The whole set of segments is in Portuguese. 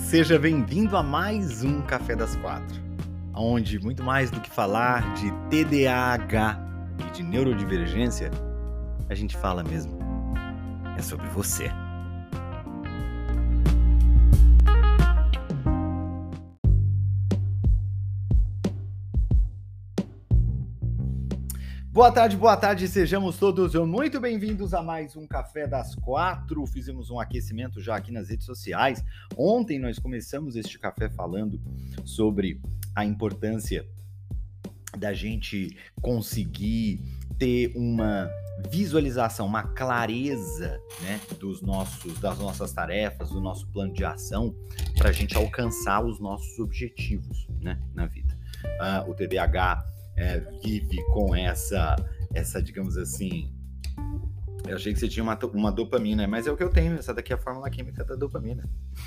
Seja bem-vindo a mais um Café das Quatro, onde muito mais do que falar de TDAH e de neurodivergência, a gente fala mesmo, é sobre você. Boa tarde, sejamos todos muito bem-vindos a mais um Café das Quatro. Fizemos um aquecimento já aqui nas redes sociais. Ontem nós começamos este café falando sobre a importância da gente conseguir ter uma visualização, uma clareza, né, das nossas tarefas, do nosso plano de ação, para a gente alcançar os nossos objetivos, né, na vida. O TDAH vive com essa, digamos assim, eu achei que você tinha uma dopamina, mas é o que eu tenho, essa daqui é a fórmula química da dopamina.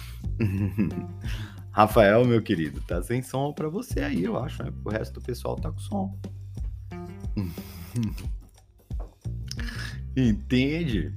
Rafael, meu querido, tá sem som pra você aí, eu acho, né? O resto do pessoal tá com som. Entende?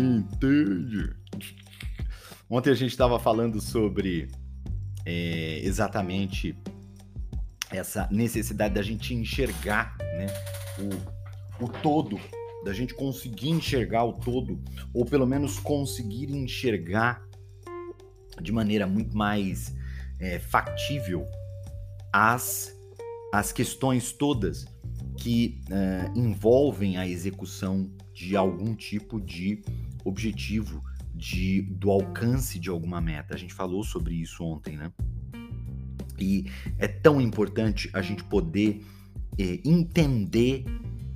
Ontem a gente tava falando sobre exatamente essa necessidade da gente enxergar, né, o todo, da gente conseguir enxergar o todo, ou pelo menos conseguir enxergar de maneira muito mais factível as questões todas que envolvem a execução de algum tipo de objetivo, do alcance de alguma meta. A gente falou sobre isso ontem, né? E é tão importante a gente poder entender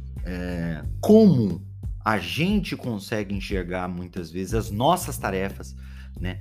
como a gente consegue enxergar muitas vezes as nossas tarefas, né?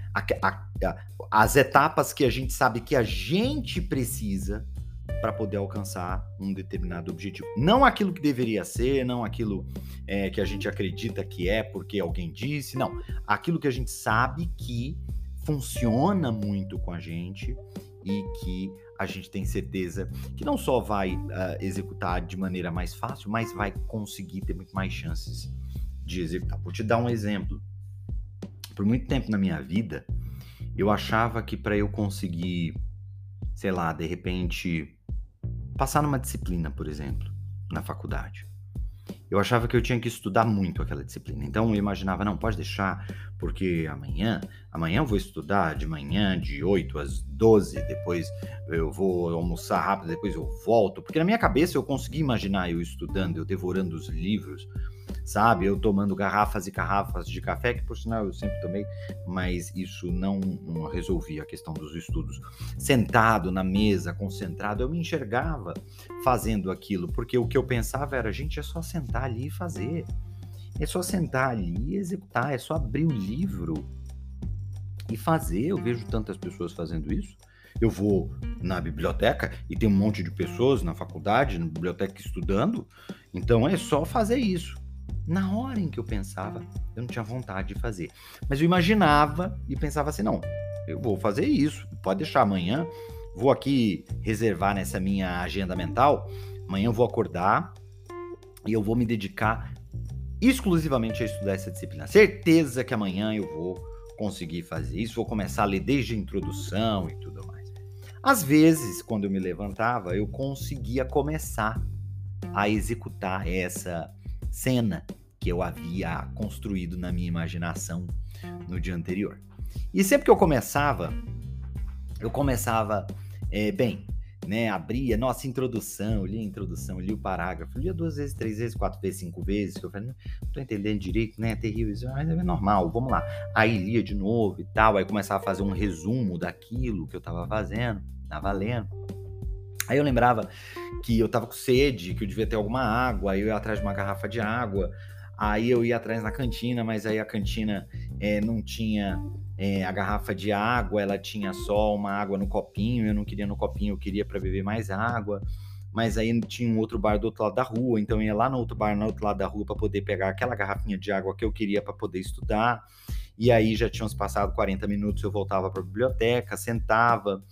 As etapas que a gente sabe que a gente precisa para poder alcançar um determinado objetivo. Não aquilo que deveria ser, não aquilo que a gente acredita que é porque alguém disse, não. Aquilo que a gente sabe que funciona muito com a gente e que a gente tem certeza que não só vai executar de maneira mais fácil, mas vai conseguir ter muito mais chances de executar. Vou te dar um exemplo. Por muito tempo na minha vida, eu achava que para eu conseguir, sei lá, de repente, passar numa disciplina, por exemplo, na faculdade, eu achava que eu tinha que estudar muito aquela disciplina. Então eu imaginava, não, pode deixar, porque amanhã eu vou estudar de manhã, de 8 às 12, depois eu vou almoçar rápido, depois eu volto. Porque na minha cabeça eu conseguia imaginar eu estudando, eu devorando os livros, sabe? Eu tomando garrafas e garrafas de café, que por sinal eu sempre tomei, mas isso não resolvia a questão dos estudos. Sentado na mesa, concentrado, eu me enxergava fazendo aquilo, porque o que eu pensava era, gente, é só sentar ali e fazer. É só sentar ali e executar, é só abrir o livro e fazer. Eu vejo tantas pessoas fazendo isso. Eu vou na biblioteca e tem um monte de pessoas na faculdade, na biblioteca estudando, então é só fazer isso. Na hora em que eu pensava, eu não tinha vontade de fazer. Mas eu imaginava e pensava assim, não, eu vou fazer isso, pode deixar amanhã, vou aqui reservar nessa minha agenda mental, amanhã eu vou acordar e eu vou me dedicar exclusivamente a estudar essa disciplina. Certeza que amanhã eu vou conseguir fazer isso, vou começar a ler desde a introdução e tudo mais. Às vezes, quando eu me levantava, eu conseguia começar a executar essa cena que eu havia construído na minha imaginação no dia anterior. E sempre que eu começava bem, né, abria, nossa, introdução, eu li a introdução, li o parágrafo, lia 2 vezes, 3 vezes, 4 vezes, 5 vezes, que eu falei, não tô entendendo direito, né, é terrível isso, mas é normal, vamos lá. Aí lia de novo e tal, aí começava a fazer um resumo daquilo que eu tava fazendo, tava lendo. Aí eu lembrava que eu tava com sede, que eu devia ter alguma água, aí eu ia atrás de uma garrafa de água, aí eu ia atrás na cantina, mas aí a cantina não tinha a garrafa de água, ela tinha só uma água no copinho, eu não queria no copinho, eu queria para beber mais água, mas aí tinha um outro bar do outro lado da rua, então eu ia lá no outro bar, no outro lado da rua, para poder pegar aquela garrafinha de água que eu queria para poder estudar, e aí já tinham se passado 40 minutos, eu voltava para a biblioteca, sentava,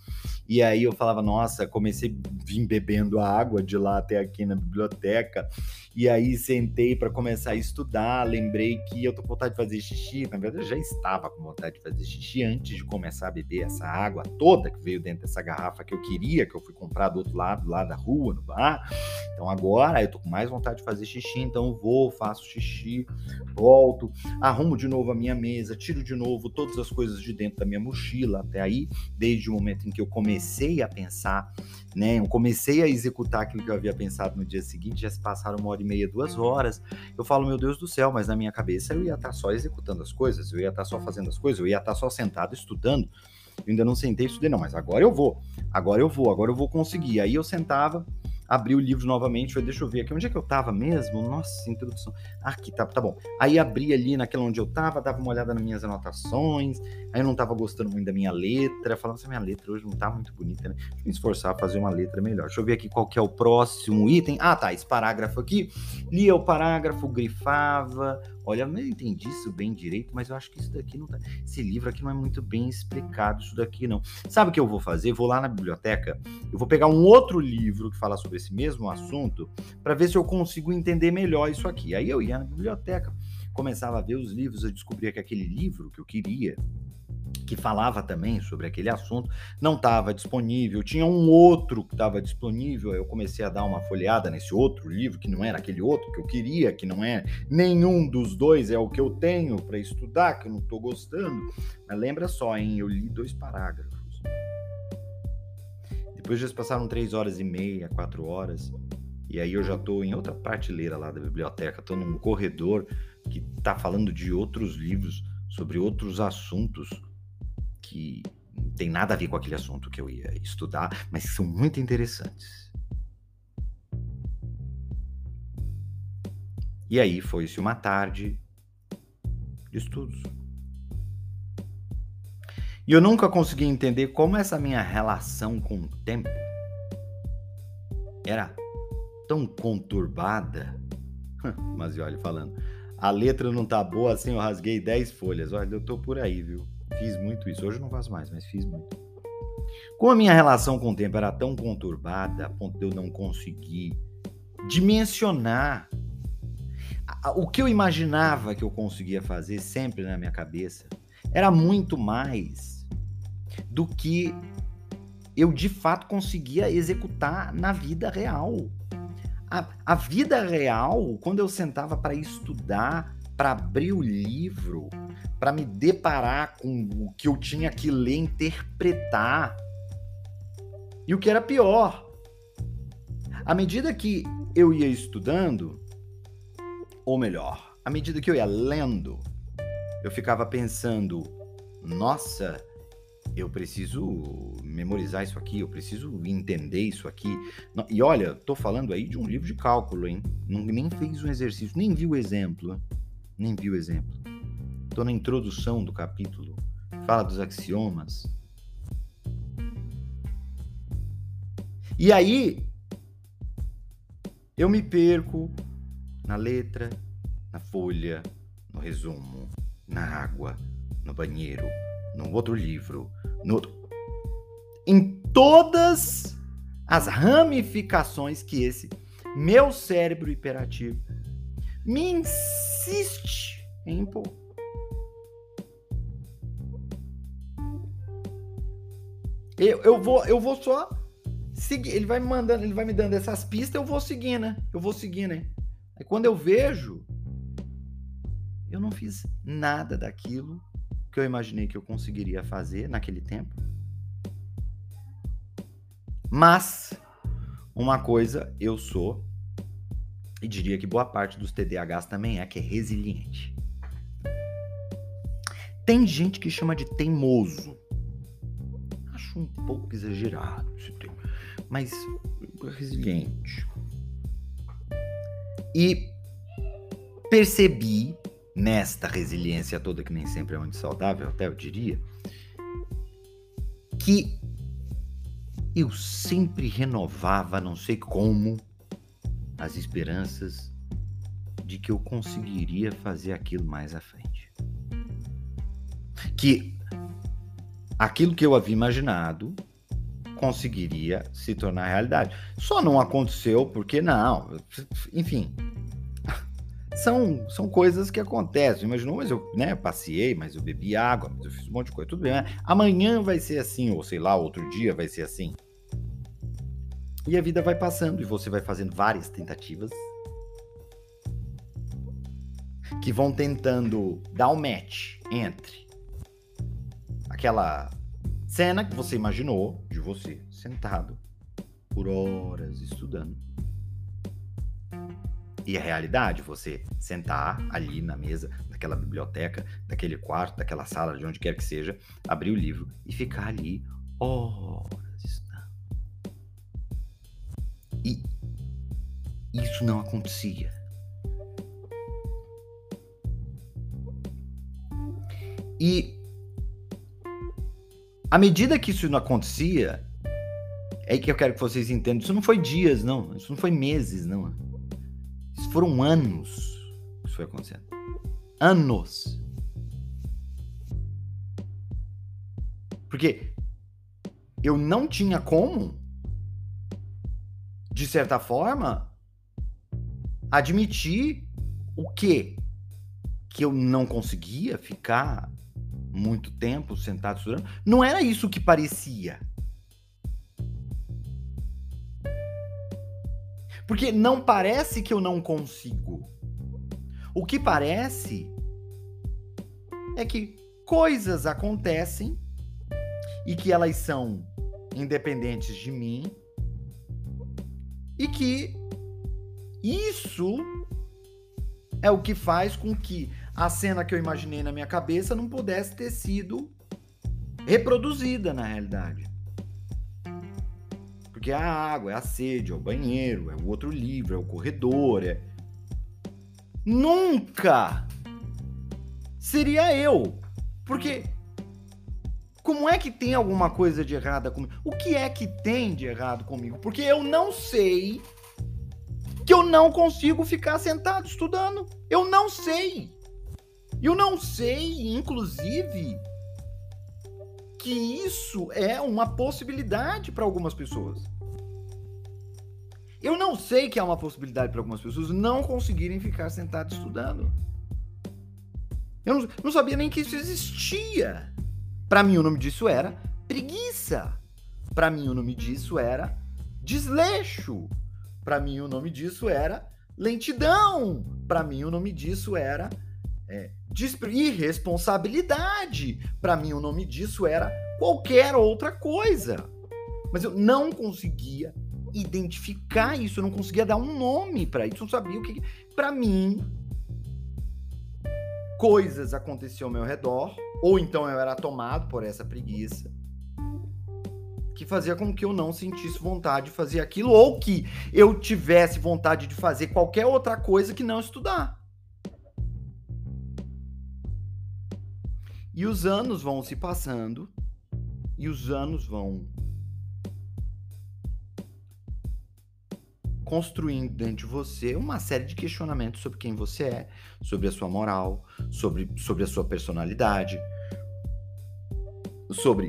E aí eu falava, nossa, comecei a vir bebendo água de lá até aqui na biblioteca. E aí sentei para começar a estudar, lembrei que eu tô com vontade de fazer xixi. Na verdade, eu já estava com vontade de fazer xixi antes de começar a beber essa água toda que veio dentro dessa garrafa que eu queria, que eu fui comprar do outro lado, lá da rua, no bar. Então agora eu tô com mais vontade de fazer xixi, então eu vou, faço xixi, volto, arrumo de novo a minha mesa, tiro de novo todas as coisas de dentro da minha mochila. Até aí, desde o momento em que eu comecei a pensar, né, eu comecei a executar aquilo que eu havia pensado no dia seguinte, já se passaram 1h30, 2 horas, eu falo, meu Deus do céu, mas na minha cabeça eu ia estar só executando as coisas, eu ia estar só fazendo as coisas, eu ia estar só sentado estudando, eu ainda não sentei e estudei não, mas agora eu vou conseguir. Aí eu sentava, abri o livro novamente, falei, deixa eu ver aqui, onde é que eu tava mesmo? Nossa, introdução. Aqui, tá bom. Aí abri ali naquela onde eu tava, dava uma olhada nas minhas anotações, aí eu não tava gostando muito da minha letra, falando assim, minha letra hoje não tá muito bonita, né? Deixa eu me esforçar a fazer uma letra melhor. Deixa eu ver aqui qual que é o próximo item. Ah, tá, esse parágrafo aqui. Lia o parágrafo, grifava. Olha, eu não entendi isso bem direito, mas eu acho que isso daqui não tá... Esse livro aqui não é muito bem explicado, isso daqui não. Sabe o que eu vou fazer? Vou lá na biblioteca, eu vou pegar um outro livro que fala sobre esse mesmo assunto, para ver se eu consigo entender melhor isso aqui. Aí eu ia na biblioteca, começava a ver os livros, eu descobria que aquele livro que eu queria, que falava também sobre aquele assunto, não estava disponível, tinha um outro que estava disponível, eu comecei a dar uma folheada nesse outro livro, que não era aquele outro que eu queria, que não é nenhum dos dois, é o que eu tenho para estudar, que eu não estou gostando, mas lembra só, hein, eu li 2 parágrafos. Depois já passaram 3h30, 4 horas, e aí eu já estou em outra prateleira lá da biblioteca, estou num corredor que está falando de outros livros, sobre outros assuntos, que não tem nada a ver com aquele assunto que eu ia estudar, mas que são muito interessantes. E aí foi-se uma tarde de estudos. E eu nunca consegui entender como essa minha relação com o tempo era tão conturbada. Mas olha, falando, a letra não tá boa assim, eu rasguei 10 folhas. Olha, eu tô por aí, viu? Fiz muito isso. Hoje eu não faço mais, mas fiz muito. Como a minha relação com o tempo era tão conturbada, a ponto de eu não conseguir dimensionar o que eu imaginava que eu conseguia fazer sempre na minha cabeça, era muito mais do que eu de fato conseguia executar na vida real. A vida real, quando eu sentava para estudar, para abrir o livro, para me deparar com o que eu tinha que ler, interpretar. E o que era pior, à medida que eu ia estudando, ou melhor, à medida que eu ia lendo, eu ficava pensando, nossa, eu preciso memorizar isso aqui, eu preciso entender isso aqui. E olha, tô falando aí de um livro de cálculo, hein? Nem fez um exercício, nem viu o exemplo. Tô na introdução do capítulo, fala dos axiomas. E aí, eu me perco na letra, na folha, no resumo, na água, no banheiro, no outro livro, em todas as ramificações que esse meu cérebro hiperativo me insiste em impor. Eu vou só seguir, ele vai me dando essas pistas, eu vou seguindo, né? Aí quando eu vejo, eu não fiz nada daquilo que eu imaginei que eu conseguiria fazer naquele tempo. Mas uma coisa eu sou, e diria que boa parte dos TDAHs também que é resiliente. Tem gente que chama de teimoso. Acho um pouco exagerado esse termo, mas resiliente. E percebi nesta resiliência toda, que nem sempre é muito saudável, até eu diria, que eu sempre renovava, não sei como, as esperanças de que eu conseguiria fazer aquilo mais à frente. Que aquilo que eu havia imaginado conseguiria se tornar realidade. Só não aconteceu porque não, enfim, são coisas que acontecem. Imaginou, mas eu, né, passeei, mas eu bebi água, mas eu fiz um monte de coisa, tudo bem, né? Amanhã vai ser assim, ou sei lá, outro dia vai ser assim. E a vida vai passando e você vai fazendo várias tentativas que vão tentando dar um match entre aquela cena que você imaginou de você sentado por horas estudando e a realidade, você sentar ali na mesa daquela biblioteca, daquele quarto, daquela sala, de onde quer que seja, abrir o livro e ficar ali horas estudando. E isso não acontecia. E à medida que isso não acontecia, é aí que eu quero que vocês entendam, isso não foi dias, não. Isso não foi meses, não. Isso foram anos que isso foi acontecendo. Anos. Porque eu não tinha como, de certa forma, admitir o quê? Que eu não conseguia ficar muito tempo sentado estudando. Não era isso que parecia. Porque não parece que eu não consigo. O que parece é que coisas acontecem e que elas são independentes de mim e que isso é o que faz com que a cena que eu imaginei na minha cabeça não pudesse ter sido reproduzida na realidade. Porque é a água, é a sede, é o banheiro, é o outro livro, é o corredor, Nunca seria eu. Porque como é que tem alguma coisa de errada comigo? O que é que tem de errado comigo? Porque eu não sei que eu não consigo ficar sentado estudando. Eu não sei. Eu não sei, inclusive, que isso é uma possibilidade para algumas pessoas. Eu não sei que é uma possibilidade para algumas pessoas não conseguirem ficar sentadas estudando. Eu não sabia nem que isso existia. Para mim, o nome disso era preguiça. Para mim, o nome disso era desleixo. Para mim, o nome disso era lentidão. Para mim, o nome disso era irresponsabilidade. Para mim, o nome disso era qualquer outra coisa. Mas eu não conseguia identificar isso, eu não conseguia dar um nome para isso, eu não sabia o que. Para mim, coisas aconteciam ao meu redor, ou então eu era tomado por essa preguiça, que fazia com que eu não sentisse vontade de fazer aquilo, ou que eu tivesse vontade de fazer qualquer outra coisa que não estudar. E os anos vão se passando, e os anos vão construindo dentro de você uma série de questionamentos sobre quem você é, sobre a sua moral, sobre a sua personalidade, sobre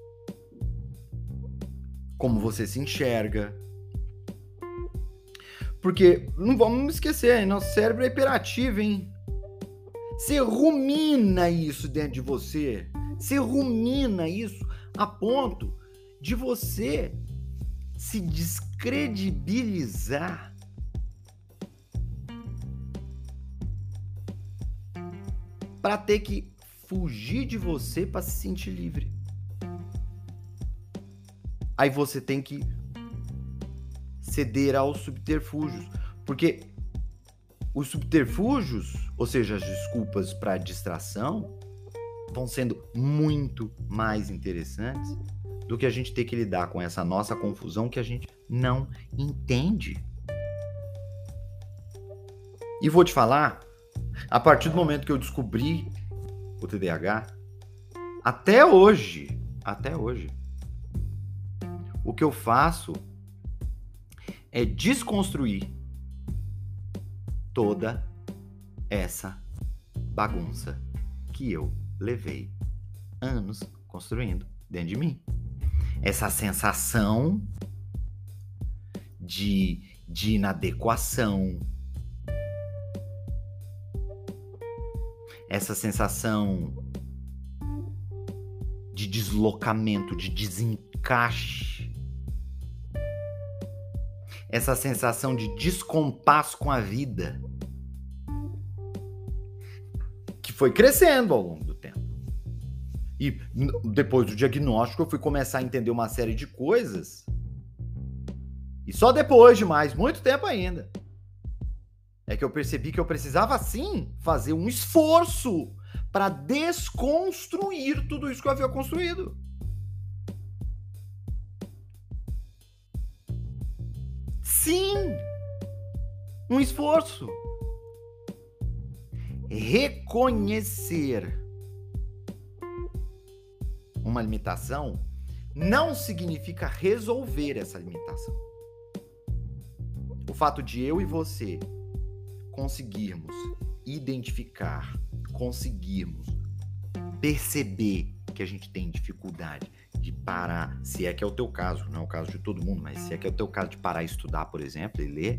como você se enxerga. Porque, não vamos esquecer, nosso cérebro é hiperativo, hein? Você rumina isso dentro de você. Você rumina isso a ponto de você se descredibilizar para ter que fugir de você para se sentir livre. Aí você tem que ceder aos subterfúgios, porque os subterfúgios, ou seja, as desculpas para distração, vão sendo muito mais interessantes do que a gente ter que lidar com essa nossa confusão que a gente não entende. E vou te falar, a partir do momento que eu descobri o TDAH, até hoje, o que eu faço é desconstruir toda essa bagunça que eu levei anos construindo dentro de mim. essa sensação de inadequação, essa sensação de deslocamento, de desencaixe, essa sensação de descompasso com a vida, que foi crescendo ao longo do tempo. E depois do diagnóstico eu fui começar a entender uma série de coisas, e só depois de muito tempo ainda, é que eu percebi que eu precisava, sim, fazer um esforço para desconstruir tudo isso que eu havia construído. Sim, um esforço. Reconhecer uma limitação não significa resolver essa limitação. O fato de eu e você conseguirmos identificar, conseguirmos perceber que a gente tem dificuldade de parar, se é que é o teu caso, não é o caso de todo mundo, mas se é que é o teu caso de parar e estudar, por exemplo, e ler,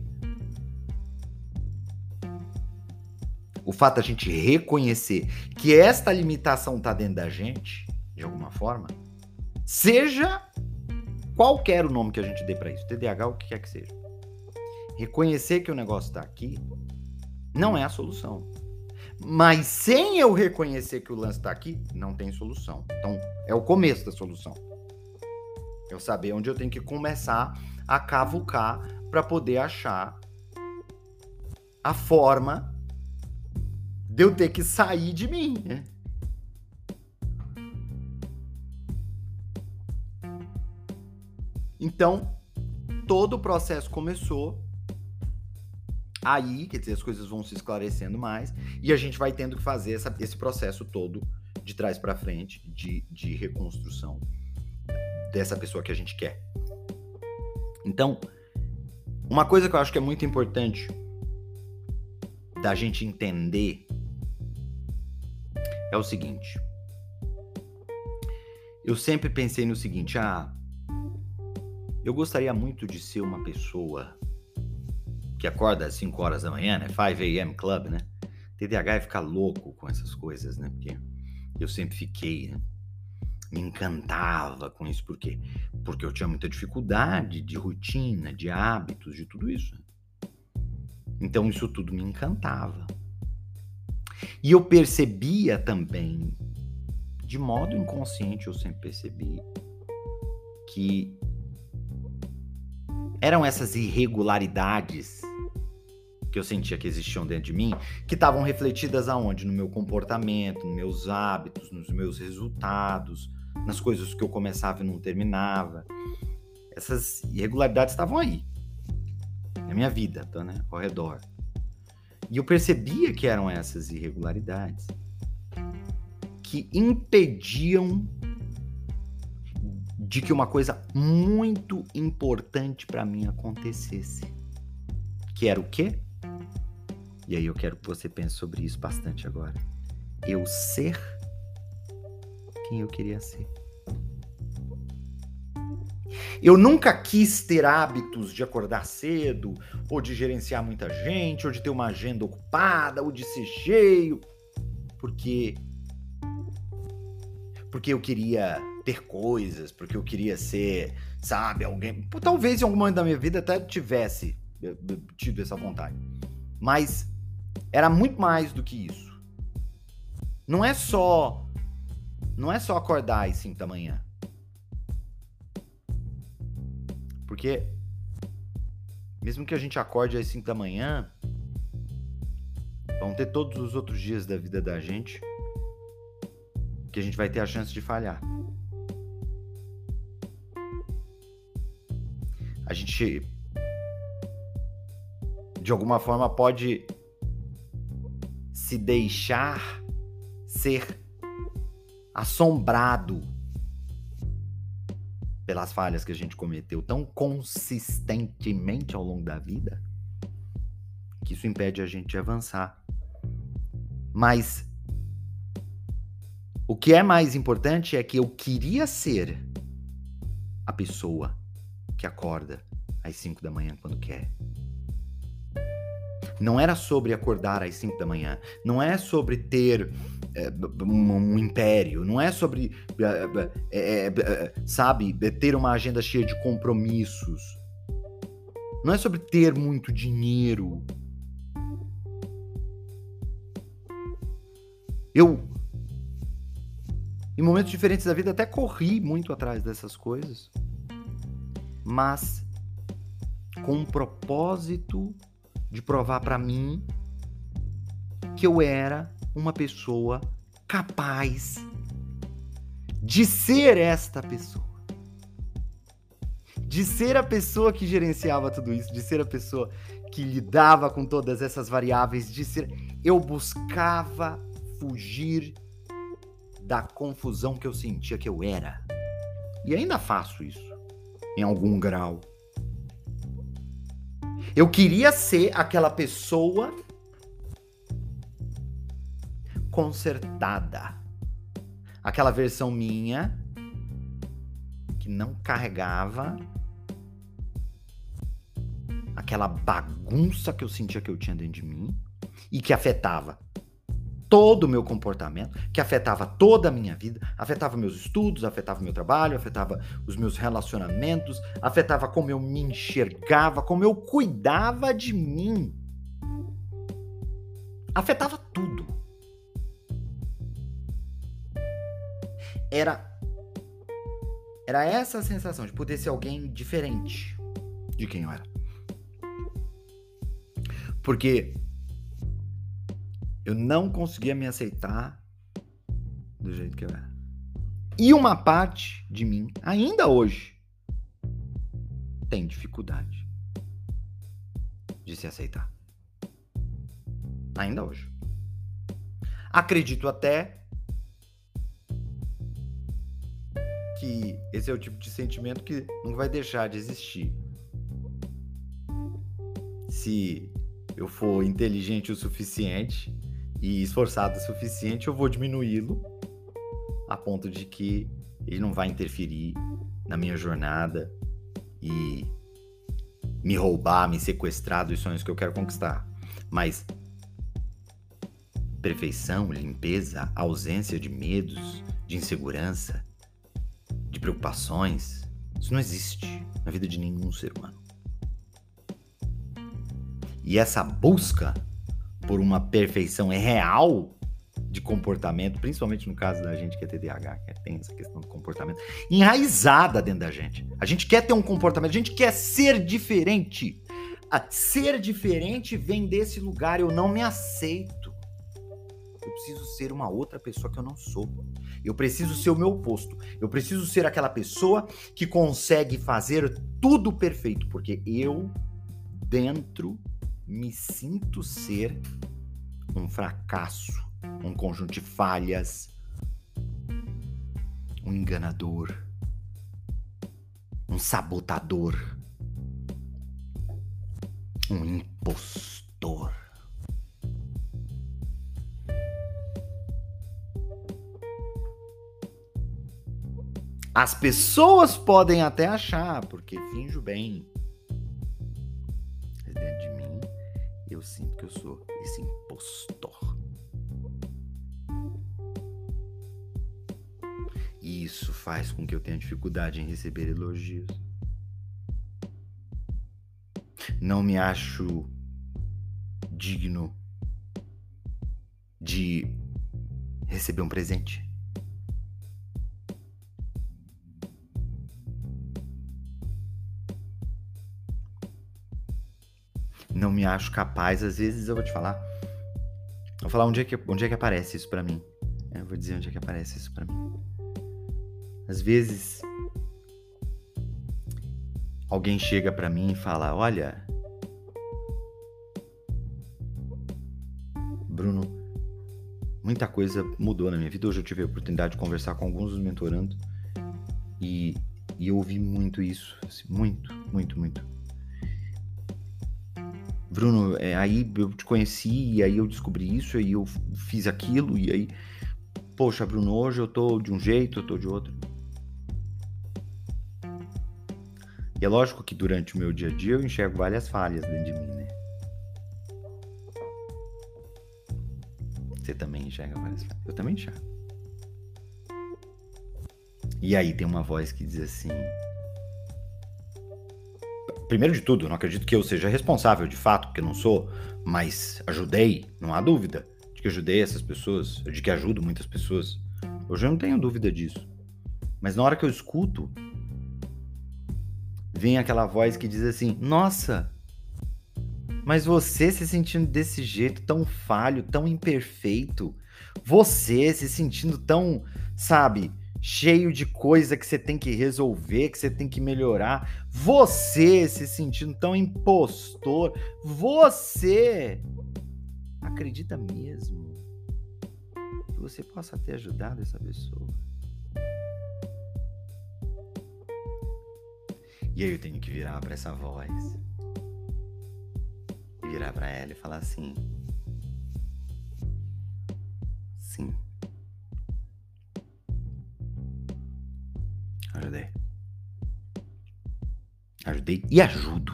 o fato da gente reconhecer que esta limitação está dentro da gente, de alguma forma, seja qualquer o nome que a gente dê para isso, TDAH, o que quer que seja, reconhecer que o negócio está aqui não é a solução. Mas sem eu reconhecer que o lance está aqui, não tem solução. Então, é o começo da solução. Eu saber onde eu tenho que começar a cavucar para poder achar a forma de eu ter que sair de mim, né? Então, todo o processo começou aí, quer dizer, as coisas vão se esclarecendo mais e a gente vai tendo que fazer esse processo todo de trás para frente, de reconstrução dessa pessoa que a gente quer. Então, uma coisa que eu acho que é muito importante da gente entender é o seguinte. Eu sempre pensei no seguinte, eu gostaria muito de ser uma pessoa que acorda às 5 horas da manhã, né? 5 a.m. Club, né? TDAH é ficar louco com essas coisas, né? Porque eu sempre fiquei, né? Me encantava com isso. Por quê? Porque eu tinha muita dificuldade de rotina, de hábitos, de tudo isso. Então isso tudo me encantava. E eu percebia também, de modo inconsciente, eu sempre percebi que eram essas irregularidades que eu sentia que existiam dentro de mim, que estavam refletidas aonde? No meu comportamento, nos meus hábitos, nos meus resultados, nas coisas que eu começava e não terminava. Essas irregularidades estavam aí, na minha vida, tá, né? Ao redor. E eu percebia que eram essas irregularidades que impediam de que uma coisa muito importante para mim acontecesse. Que era o quê? E aí eu quero que você pense sobre isso bastante agora. Eu ser quem eu queria ser. Eu nunca quis ter hábitos de acordar cedo, ou de gerenciar muita gente, ou de ter uma agenda ocupada, ou de ser cheio, porque eu queria ter coisas, porque eu queria ser, sabe, alguém. Talvez em algum momento da minha vida até tivesse tido essa vontade. Mas era muito mais do que isso. Não é só acordar às 5 da manhã. Porque mesmo que a gente acorde às 5 da manhã, vão ter todos os outros dias da vida da gente que a gente vai ter a chance de falhar. A gente, de alguma forma, pode se deixar ser assombrado pelas falhas que a gente cometeu tão consistentemente ao longo da vida, que isso impede a gente de avançar. Mas o que é mais importante é que eu queria ser a pessoa que acorda às 5 da manhã quando quer. Não era sobre acordar às 5 da manhã. Não é sobre ter um império. Não é sobre, sabe, ter uma agenda cheia de compromissos. Não é sobre ter muito dinheiro. Eu, em momentos diferentes da vida, até corri muito atrás dessas coisas, mas com um propósito de provar para mim que eu era uma pessoa capaz de ser esta pessoa. De ser a pessoa que gerenciava tudo isso, de ser a pessoa que lidava com todas essas variáveis, de ser... Eu buscava fugir da confusão que eu sentia que eu era. E ainda faço isso, em algum grau. Eu queria ser aquela pessoa consertada. Aquela versão minha que não carregava aquela bagunça que eu sentia que eu tinha dentro de mim e que afetava todo o meu comportamento, que afetava toda a minha vida, afetava meus estudos, afetava meu trabalho, afetava os meus relacionamentos, afetava como eu me enxergava, como eu cuidava de mim. Afetava tudo. Era essa a sensação de poder ser alguém diferente de quem eu era. Porque eu não conseguia me aceitar do jeito que eu era. E uma parte de mim, ainda hoje, tem dificuldade de se aceitar. Ainda hoje. Acredito até que esse é o tipo de sentimento que não vai deixar de existir. Se eu for inteligente o suficiente e esforçado o suficiente, eu vou diminuí-lo a ponto de que ele não vai interferir na minha jornada e me roubar, me sequestrar dos sonhos que eu quero conquistar. Mas perfeição, limpeza, ausência de medos, de insegurança, de preocupações, isso não existe na vida de nenhum ser humano. E essa busca por uma perfeição real de comportamento, principalmente no caso da gente que é TDAH, que tem essa questão do comportamento, enraizada dentro da gente. A gente quer ter um comportamento, a gente quer ser diferente. Ser diferente vem desse lugar, eu não me aceito. Eu preciso ser uma outra pessoa que eu não sou. Eu preciso ser o meu oposto. Eu preciso ser aquela pessoa que consegue fazer tudo perfeito, porque eu, dentro, me sinto ser um fracasso, um conjunto de falhas, um enganador, um sabotador, um impostor. As pessoas podem até achar, porque finjo bem. Mas dentro de mim, eu sinto que eu sou esse impostor. E isso faz com que eu tenha dificuldade em receber elogios. Não me acho digno de receber um presente. Não me acho capaz, às vezes eu vou te falar. Vou falar onde é que aparece isso pra mim. Eu vou dizer onde é que aparece isso pra mim. Às vezes, alguém chega pra mim e fala, olha, Bruno, muita coisa mudou na minha vida. Hoje eu tive a oportunidade de conversar com alguns dos mentorandos e eu ouvi muito isso, assim, muito. Bruno, aí eu te conheci, e aí eu descobri isso, e eu fiz aquilo, e aí, poxa, Bruno, hoje eu tô de um jeito, eu tô de outro. E é lógico que durante o meu dia a dia eu enxergo várias falhas dentro de mim, né? Você também enxerga várias falhas. Eu também enxergo. E aí tem uma voz que diz assim... Primeiro de tudo, eu não acredito que eu seja responsável de fato, porque eu não sou, mas ajudei, não há dúvida de que ajudei essas pessoas, de que ajudo muitas pessoas. Hoje eu não tenho dúvida disso. Mas na hora que eu escuto, vem aquela voz que diz assim: nossa, mas você se sentindo desse jeito, tão falho, tão imperfeito, você se sentindo tão, sabe, cheio de coisa que você tem que resolver, que você tem que melhorar, você se sentindo tão impostor, você acredita mesmo que você possa ter ajudado essa pessoa? E aí eu tenho que virar para essa voz, virar para ela e falar assim: sim, ajudei e ajudo.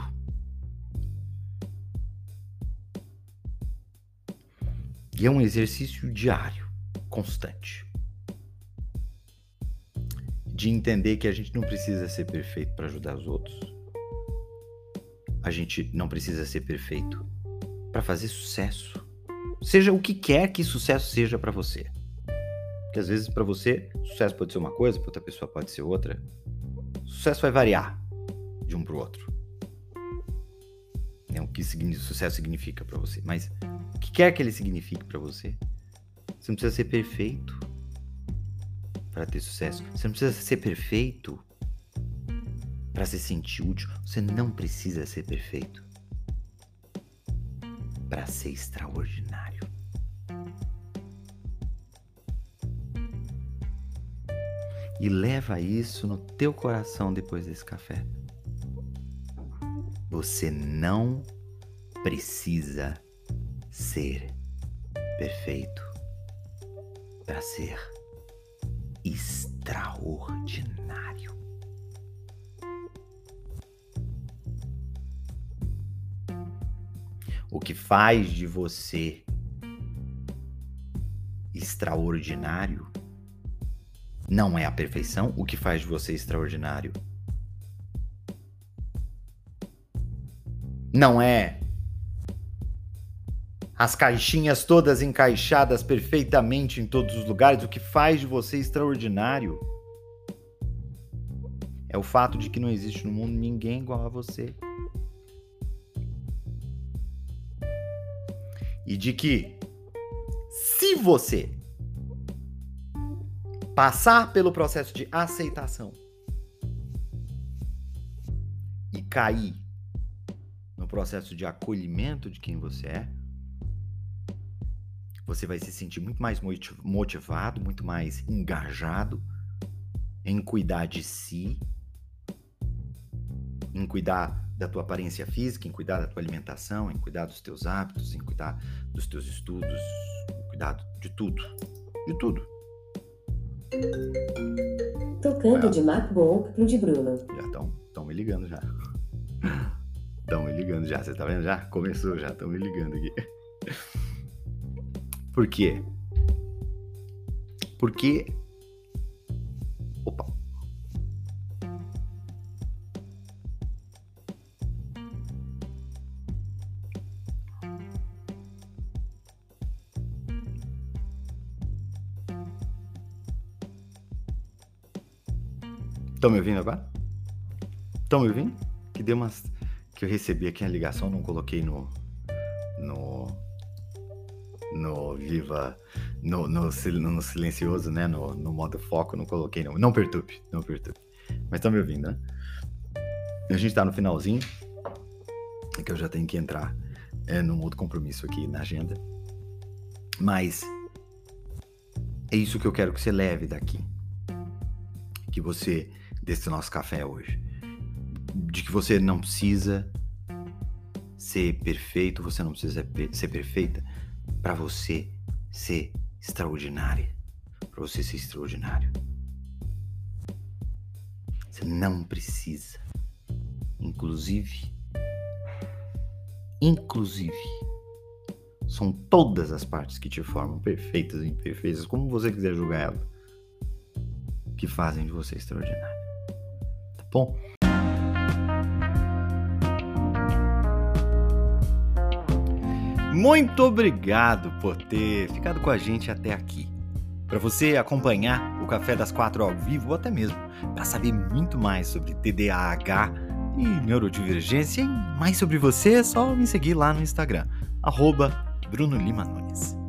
E é um exercício diário, constante, de entender que a gente não precisa ser perfeito para ajudar os outros. A gente não precisa ser perfeito para fazer sucesso. Seja o que quer que sucesso seja para você. Porque às vezes para você, sucesso pode ser uma coisa, para outra pessoa pode ser outra. Sucesso vai variar de um para o outro. É o que sucesso significa para você. Mas o que quer que ele signifique para você, você não precisa ser perfeito para ter sucesso. Você não precisa ser perfeito para se sentir útil. Você não precisa ser perfeito para ser extraordinário. E leva isso no teu coração depois desse café. Você não precisa ser perfeito para ser extraordinário. O que faz de você extraordinário não é a perfeição. O que faz de você extraordinário não é as caixinhas todas encaixadas perfeitamente em todos os lugares. O que faz de você extraordinário é o fato de que não existe no mundo ninguém igual a você. E de que, se você passar pelo processo de aceitação e cair no processo de acolhimento de quem você é, você vai se sentir muito mais motivado, muito mais engajado em cuidar de si, em cuidar da tua aparência física, em cuidar da tua alimentação, em cuidar dos teus hábitos, em cuidar dos teus estudos, em cuidar de tudo. De tudo. Tocando de MacBook pro de Bruno. Já estão me ligando já. Estão me ligando já, você tá vendo já? Começou já, estão me ligando aqui. Por quê? Porque... Opa. Estão me ouvindo agora? Estão me ouvindo? Que deu umas... Que eu recebi aqui a ligação, não coloquei no Viva, no silencioso, né? No modo foco, não coloquei não. Não perturbe. Mas estão me ouvindo, né? A gente tá no finalzinho, é que eu já tenho que entrar num outro compromisso aqui na agenda. Mas é isso que eu quero que você leve daqui. Que você, desse nosso café hoje. De que você não precisa ser perfeito, você não precisa ser perfeita para você ser extraordinária, para você ser extraordinário. Você não precisa. Inclusive, são todas as partes que te formam, perfeitas e imperfeitas, como você quiser julgar ela, que fazem de você extraordinário. Tá bom? Muito obrigado por ter ficado com a gente até aqui. Para você acompanhar o Café das 4 ao vivo, ou até mesmo para saber muito mais sobre TDAH e neurodivergência e mais sobre você, é só me seguir lá no Instagram, @Bruno Lima Nunes.